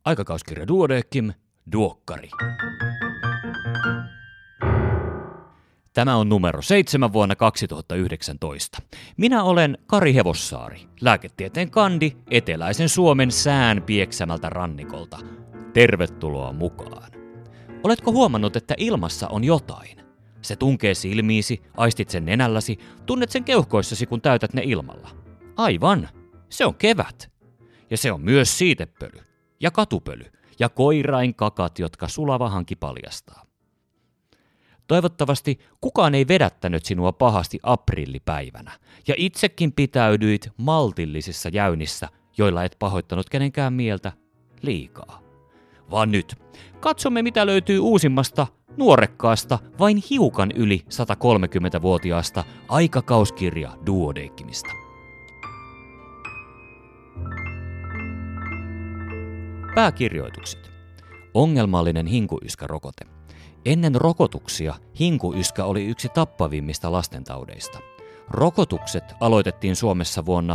Aikakauskirja Duodeckim, Duokkari. Tämä on numero 7 vuonna 2019. Minä olen Kari Hevossaari, lääketieteen kandi eteläisen Suomen sään pieksämältä rannikolta. Tervetuloa mukaan. Oletko huomannut, että ilmassa on jotain? Se tunkee silmiisi, aistit sen nenälläsi, tunnet sen keuhkoissasi, kun täytät ne ilmalla. Aivan, se on kevät. Ja se on myös siitepöly ja katupöly ja koirain kakat, jotka sulava hanki paljastaa. Toivottavasti kukaan ei vedättänyt sinua pahasti aprillipäivänä, ja itsekin pitäydyit maltillisissa jäynissä, joilla et pahoittanut kenenkään mieltä liikaa. Vaan nyt katsomme, mitä löytyy uusimmasta, nuorekkaasta, vain hiukan yli 130-vuotiaasta aikakauskirja Duodeckimista. Pääkirjoitukset. Ongelmallinen hinkuyskärokote. Ennen rokotuksia hinkuyskä oli yksi tappavimmista lastentaudeista. Rokotukset aloitettiin Suomessa vuonna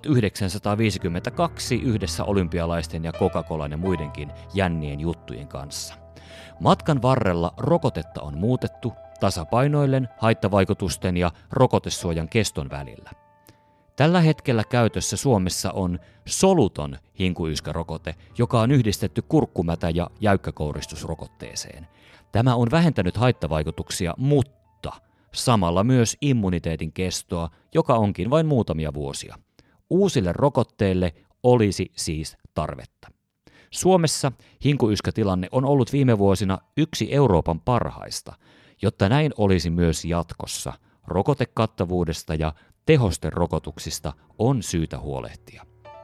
1952 yhdessä olympialaisten ja Coca-Colan ja muidenkin jännien juttujen kanssa. Matkan varrella rokotetta on muutettu tasapainoillen haittavaikutusten ja rokotesuojan keston välillä. Tällä hetkellä käytössä Suomessa on soluton hinkuyskärokote, joka on yhdistetty kurkkumätä- ja jäykkäkouristusrokotteeseen. Tämä on vähentänyt haittavaikutuksia, mutta samalla myös immuniteetin kestoa, joka onkin vain muutamia vuosia. Uusille rokotteille olisi siis tarvetta. Suomessa hinkuyskätilanne on ollut viime vuosina yksi Euroopan parhaista, jotta näin olisi myös jatkossa. Rokotekattavuudesta ja tehosterokotuksista on syytä huolehtia.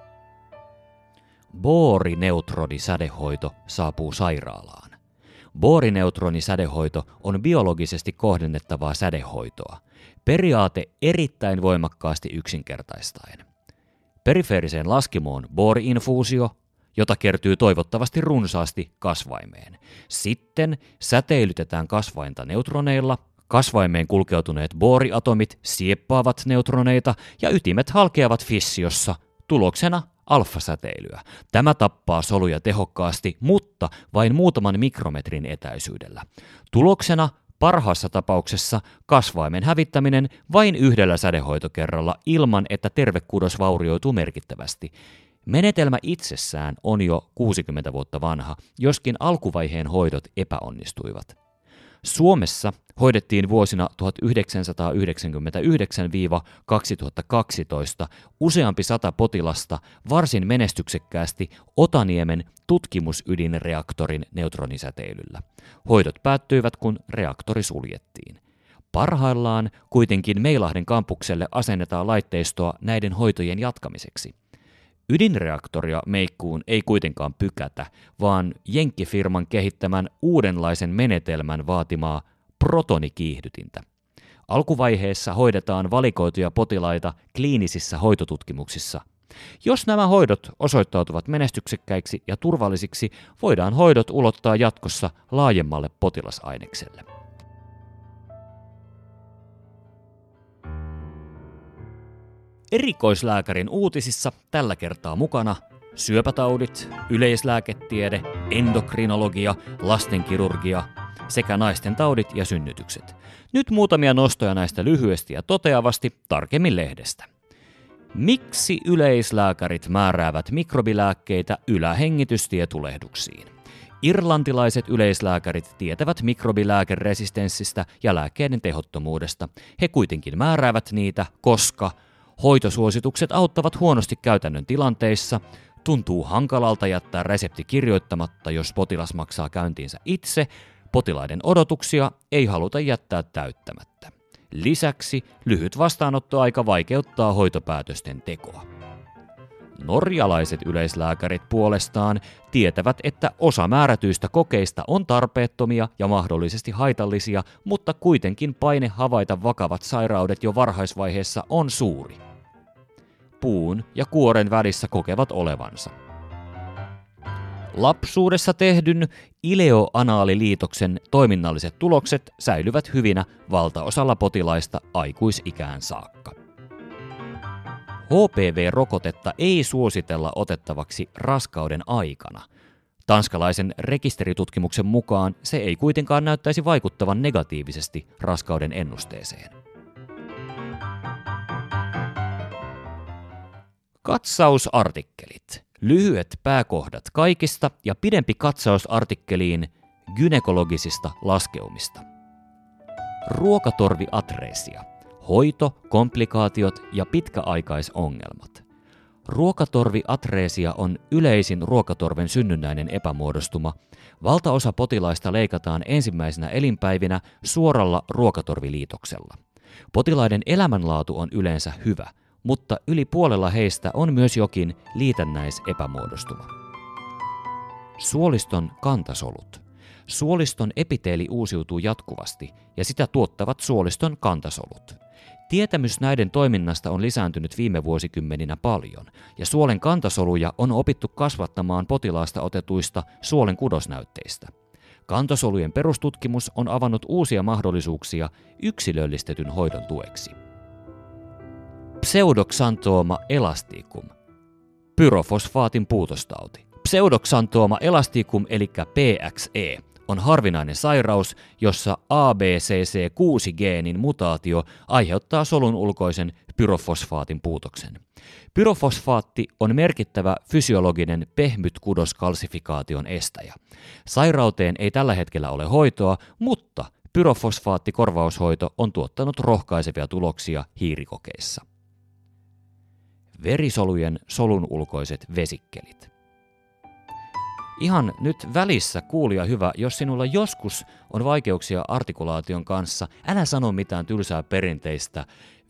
Boorineutronsädehoito saapuu sairaalaan. Boorineutronsädehoito on biologisesti kohdennettavaa sädehoitoa. Periaate erittäin voimakkaasti yksinkertaistaen. Perifeeriseen laskimoon boori-infuusio, jota kertyy toivottavasti runsaasti kasvaimeen. Sitten säteilytetään kasvainta neutroneilla. Kasvaimeen kulkeutuneet booriatomit sieppaavat neutroneita ja ytimet halkeavat fissiossa, tuloksena alfasäteilyä. Tämä tappaa soluja tehokkaasti, mutta vain muutaman mikrometrin etäisyydellä. Tuloksena parhaassa tapauksessa kasvaimen hävittäminen vain yhdellä sädehoitokerralla ilman, että terve kudos vaurioituu merkittävästi. Menetelmä itsessään on jo 60 vuotta vanha, joskin alkuvaiheen hoidot epäonnistuivat. Suomessa hoidettiin vuosina 1999–2012 useampi 100 potilasta varsin menestyksekkäästi Otaniemen tutkimusydinreaktorin neutronisäteilyllä. Hoidot päättyivät, kun reaktori suljettiin. Parhaillaan kuitenkin Meilahden kampukselle asennetaan laitteistoa näiden hoitojen jatkamiseksi. Ydinreaktoria meikkuun ei kuitenkaan pykätä, vaan jenkkifirman kehittämän uudenlaisen menetelmän vaatimaa protonikiihdytintä. Alkuvaiheessa hoidetaan valikoituja potilaita kliinisissä hoitotutkimuksissa. Jos nämä hoidot osoittautuvat menestyksekkäiksi ja turvallisiksi, voidaan hoidot ulottaa jatkossa laajemmalle potilasainekselle. Erikoislääkärin uutisissa tällä kertaa mukana syöpätaudit, yleislääketiede, endokrinologia, lastenkirurgia sekä naisten taudit ja synnytykset. Nyt muutamia nostoja näistä lyhyesti ja toteavasti, tarkemmin lehdestä. Miksi yleislääkärit määräävät mikrobilääkkeitä ylähengitystietulehduksiin? Irlantilaiset yleislääkärit tietävät mikrobilääkeresistenssistä ja lääkkeiden tehottomuudesta. He kuitenkin määräävät niitä, koska hoitosuositukset auttavat huonosti käytännön tilanteissa, tuntuu hankalalta jättää resepti kirjoittamatta, jos potilas maksaa käyntiinsä itse, potilaiden odotuksia ei haluta jättää täyttämättä. Lisäksi lyhyt vastaanottoaika vaikeuttaa hoitopäätösten tekoa. Norjalaiset yleislääkärit puolestaan tietävät, että osa määrätyistä kokeista on tarpeettomia ja mahdollisesti haitallisia, mutta kuitenkin paine havaita vakavat sairaudet jo varhaisvaiheessa on suuri. Puun ja kuoren välissä kokevat olevansa. Lapsuudessa tehdyn ileoanaaliliitoksen toiminnalliset tulokset säilyvät hyvinä valtaosalla potilaista aikuisikään saakka. HPV-rokotetta ei suositella otettavaksi raskauden aikana. Tanskalaisen rekisteritutkimuksen mukaan se ei kuitenkaan näyttäisi vaikuttavan negatiivisesti raskauden ennusteeseen. Katsausartikkelit. Lyhyet pääkohdat kaikista ja pidempi katsaus artikkeliin gynekologisista laskeumista. Ruokatorviatreesia. Hoito, komplikaatiot ja pitkäaikaisongelmat. Ruokatorviatreesia on yleisin ruokatorven synnynnäinen epämuodostuma. Valtaosa potilaista leikataan ensimmäisenä elinpäivinä suoralla ruokatorviliitoksella. Potilaiden elämänlaatu on yleensä hyvä, mutta yli puolella heistä on myös jokin liitännäisepämuodostuma. Suoliston kantasolut. Suoliston epiteeli uusiutuu jatkuvasti ja sitä tuottavat suoliston kantasolut. Tietämys näiden toiminnasta on lisääntynyt viime vuosikymmeninä paljon, ja suolen kantasoluja on opittu kasvattamaan potilaasta otetuista suolen kudosnäytteistä. Kantasolujen perustutkimus on avannut uusia mahdollisuuksia yksilöllistetyn hoidon tueksi. Pseudoxanthoma elasticum. Pyrofosfaatin puutostauti. Pseudoxanthoma elasticum eli PXE on harvinainen sairaus, jossa ABCC6-geenin mutaatio aiheuttaa solun ulkoisen pyrofosfaatin puutoksen. Pyrofosfaatti on merkittävä fysiologinen pehmytkudoskalsifikaation estäjä. Sairauteen ei tällä hetkellä ole hoitoa, mutta pyrofosfaattikorvaushoito on tuottanut rohkaisevia tuloksia hiirikokeissa. Verisolujen solun ulkoiset vesikkelit. Ihan nyt välissä, kuulija hyvä, jos sinulla joskus on vaikeuksia artikulaation kanssa, älä sano mitään tylsää perinteistä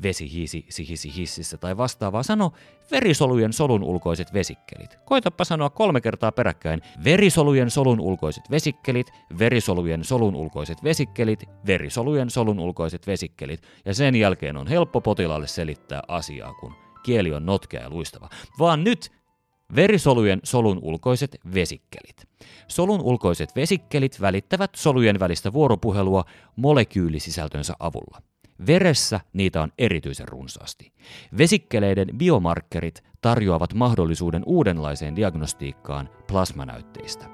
hississä tai vastaavaa. Sano verisolujen solun ulkoiset vesikkelit. Koitapa sanoa 3 kertaa peräkkäin. Verisolujen solun ulkoiset vesikkelit, verisolujen solun ulkoiset vesikkelit, verisolujen solun ulkoiset vesikkelit. Ja sen jälkeen on helppo potilaalle selittää asiaa, kun kieli on notkea ja luistava. Vaan nyt verisolujen solun ulkoiset vesikkelit. Solun ulkoiset vesikkelit välittävät solujen välistä vuoropuhelua molekyylisisältönsä avulla. Veressä niitä on erityisen runsaasti. Vesikkeleiden biomarkkerit tarjoavat mahdollisuuden uudenlaiseen diagnostiikkaan plasmanäytteistä.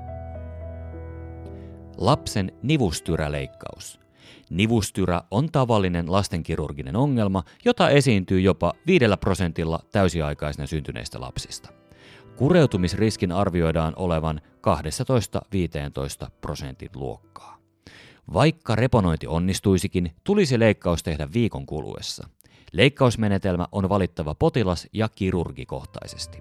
Lapsen nivustyräleikkaus. Nivustyrä on tavallinen lastenkirurginen ongelma, jota esiintyy jopa 5% täysiaikaisena syntyneistä lapsista. Kureutumisriskin arvioidaan olevan 12-15% luokkaa. Vaikka reponointi onnistuisikin, tulisi leikkaus tehdä viikon kuluessa. Leikkausmenetelmä on valittava potilas- ja kirurgikohtaisesti.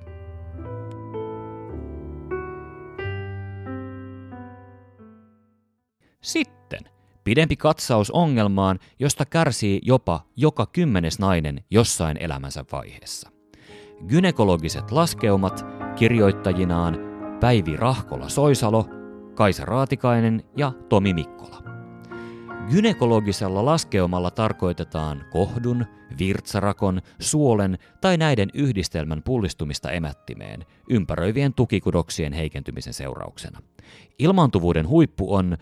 Sitten pidempi katsaus ongelmaan, josta kärsii jopa joka 10. nainen jossain elämänsä vaiheessa. Gynekologiset laskeumat kirjoittajinaan Päivi Rahkola-Soisalo, Kaisa Raatikainen ja Tomi Mikkola. Gynekologisella laskeumalla tarkoitetaan kohdun, virtsarakon, suolen tai näiden yhdistelmän pullistumista emättimeen ympäröivien tukikudoksien heikentymisen seurauksena. Ilmaantuvuuden huippu on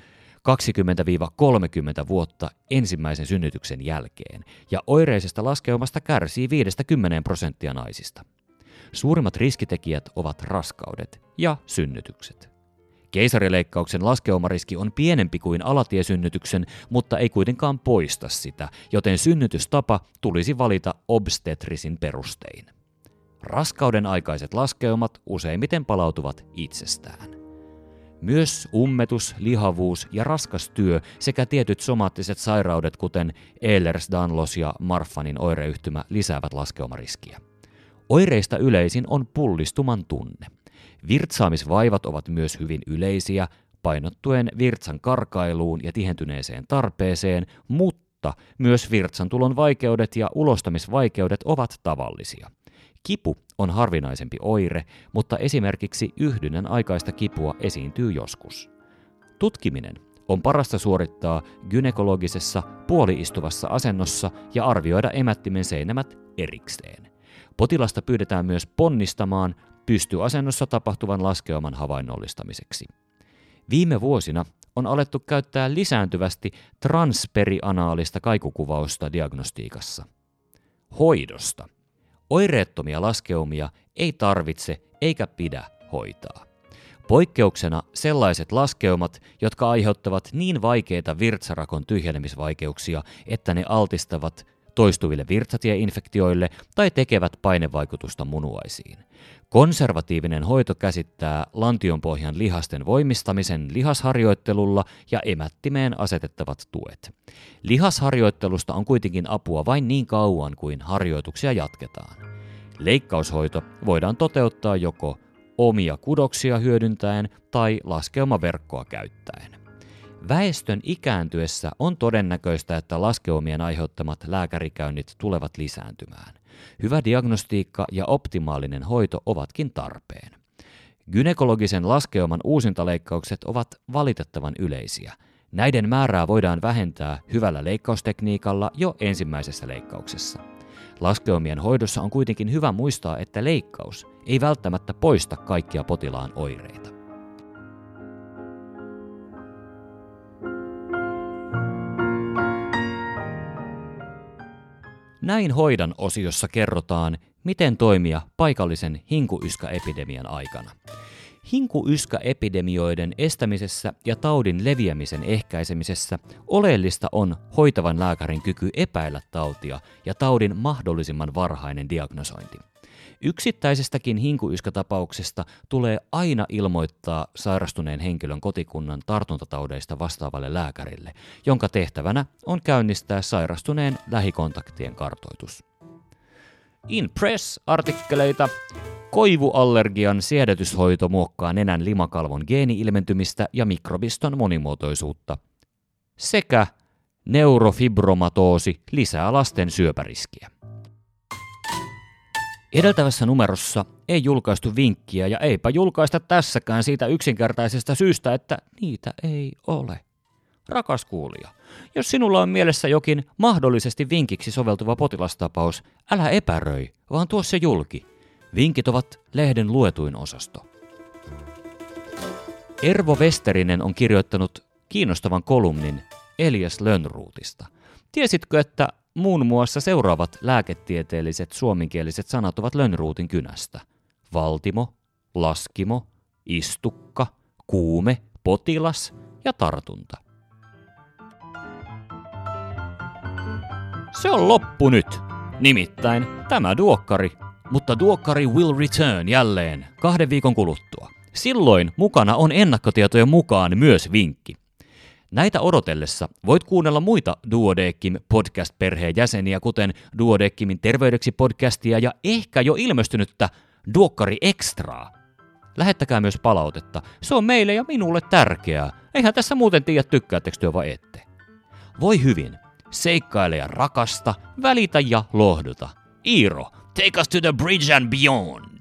20-30 vuotta ensimmäisen synnytyksen jälkeen, ja oireisesta laskeumasta kärsii 5-10% naisista. Suurimmat riskitekijät ovat raskaudet ja synnytykset. Keisarileikkauksen laskeumariski on pienempi kuin alatiesynnytyksen, mutta ei kuitenkaan poista sitä, joten synnytystapa tulisi valita obstetrisin perustein. Raskauden aikaiset laskeumat useimmiten palautuvat itsestään. Myös ummetus, lihavuus ja raskas työ sekä tietyt somaattiset sairaudet, kuten Ehlers-Danlos ja Marfanin oireyhtymä, lisäävät laskeumariskiä. Oireista yleisin on pullistuman tunne. Virtsaamisvaivat ovat myös hyvin yleisiä, painottuen virtsan karkailuun ja tihentyneeseen tarpeeseen, mutta myös virtsantulon vaikeudet ja ulostamisvaikeudet ovat tavallisia. Kipu on harvinaisempi oire, mutta esimerkiksi yhdynnän aikaista kipua esiintyy joskus. Tutkiminen on parasta suorittaa gynekologisessa puoliistuvassa asennossa ja arvioida emättimen seinämät erikseen. Potilasta pyydetään myös ponnistamaan pystyasennossa tapahtuvan laskeuman havainnollistamiseksi. Viime vuosina on alettu käyttää lisääntyvästi transperianaalista kaikukuvausta diagnostiikassa. Hoidosta. Oireettomia laskeumia ei tarvitse eikä pidä hoitaa. Poikkeuksena sellaiset laskeumat, jotka aiheuttavat niin vaikeita virtsarakon tyhjenemisvaikeuksia, että ne altistavat toistuville virtsatieinfektioille tai tekevät painevaikutusta munuaisiin. Konservatiivinen hoito käsittää lantionpohjan lihasten voimistamisen lihasharjoittelulla ja emättimeen asetettavat tuet. Lihasharjoittelusta on kuitenkin apua vain niin kauan kuin harjoituksia jatketaan. Leikkaushoito voidaan toteuttaa joko omia kudoksia hyödyntäen tai laskeumaverkkoa käyttäen. Väestön ikääntyessä on todennäköistä, että laskeumien aiheuttamat lääkärikäynnit tulevat lisääntymään. Hyvä diagnostiikka ja optimaalinen hoito ovatkin tarpeen. Gynekologisen laskeuman uusintaleikkaukset ovat valitettavan yleisiä. Näiden määrää voidaan vähentää hyvällä leikkaustekniikalla jo ensimmäisessä leikkauksessa. Laskeumien hoidossa on kuitenkin hyvä muistaa, että leikkaus ei välttämättä poista kaikkia potilaan oireita. Näin hoidan osiossa kerrotaan, miten toimia paikallisen hinku-yskäepidemian aikana. Hinku-yskäepidemioiden estämisessä ja taudin leviämisen ehkäisemisessä oleellista on hoitavan lääkärin kyky epäillä tautia ja taudin mahdollisimman varhainen diagnosointi. Yksittäisestäkin hinku-yskätapauksesta tulee aina ilmoittaa sairastuneen henkilön kotikunnan tartuntataudeista vastaavalle lääkärille, jonka tehtävänä on käynnistää sairastuneen lähikontaktien kartoitus. In Press-artikkeleita. Koivuallergian siedätyshoito muokkaa nenän limakalvon geeni-ilmentymistä ja mikrobiston monimuotoisuutta. Sekä neurofibromatoosi lisää lasten syöpäriskiä. Edeltävässä numerossa ei julkaistu vinkkiä ja eipä julkaista tässäkään siitä yksinkertaisesta syystä, että niitä ei ole. Rakas kuulija, jos sinulla on mielessä jokin mahdollisesti vinkiksi soveltuva potilastapaus, älä epäröi, vaan tuo se julki. Vinkit ovat lehden luetuin osasto. Ervo Westerinen on kirjoittanut kiinnostavan kolumnin Elias Lönnrotista. Tiesitkö, että muun muassa seuraavat lääketieteelliset suomenkieliset sanat ovat Lönnrotin kynästä? Valtimo, laskimo, istukka, kuume, potilas ja tartunta. Se on loppu nyt. Nimittäin tämä duokkari. Mutta duokkari will return jälleen 2 viikon kuluttua. Silloin mukana on ennakkotietojen mukaan myös vinkki. Näitä odotellessa voit kuunnella muita Duodeckim podcast-perheen jäseniä, kuten Duodeckimin terveydeksi podcastia ja ehkä jo ilmestynyttä Duokkari Extraa. Lähettäkää myös palautetta. Se on meille ja minulle tärkeää. Eihän tässä muuten tiedä, tykkäättekö työ vai ette. Voi hyvin. Seikkaile ja rakasta, välitä ja lohduta. Iiro, take us to the bridge and beyond.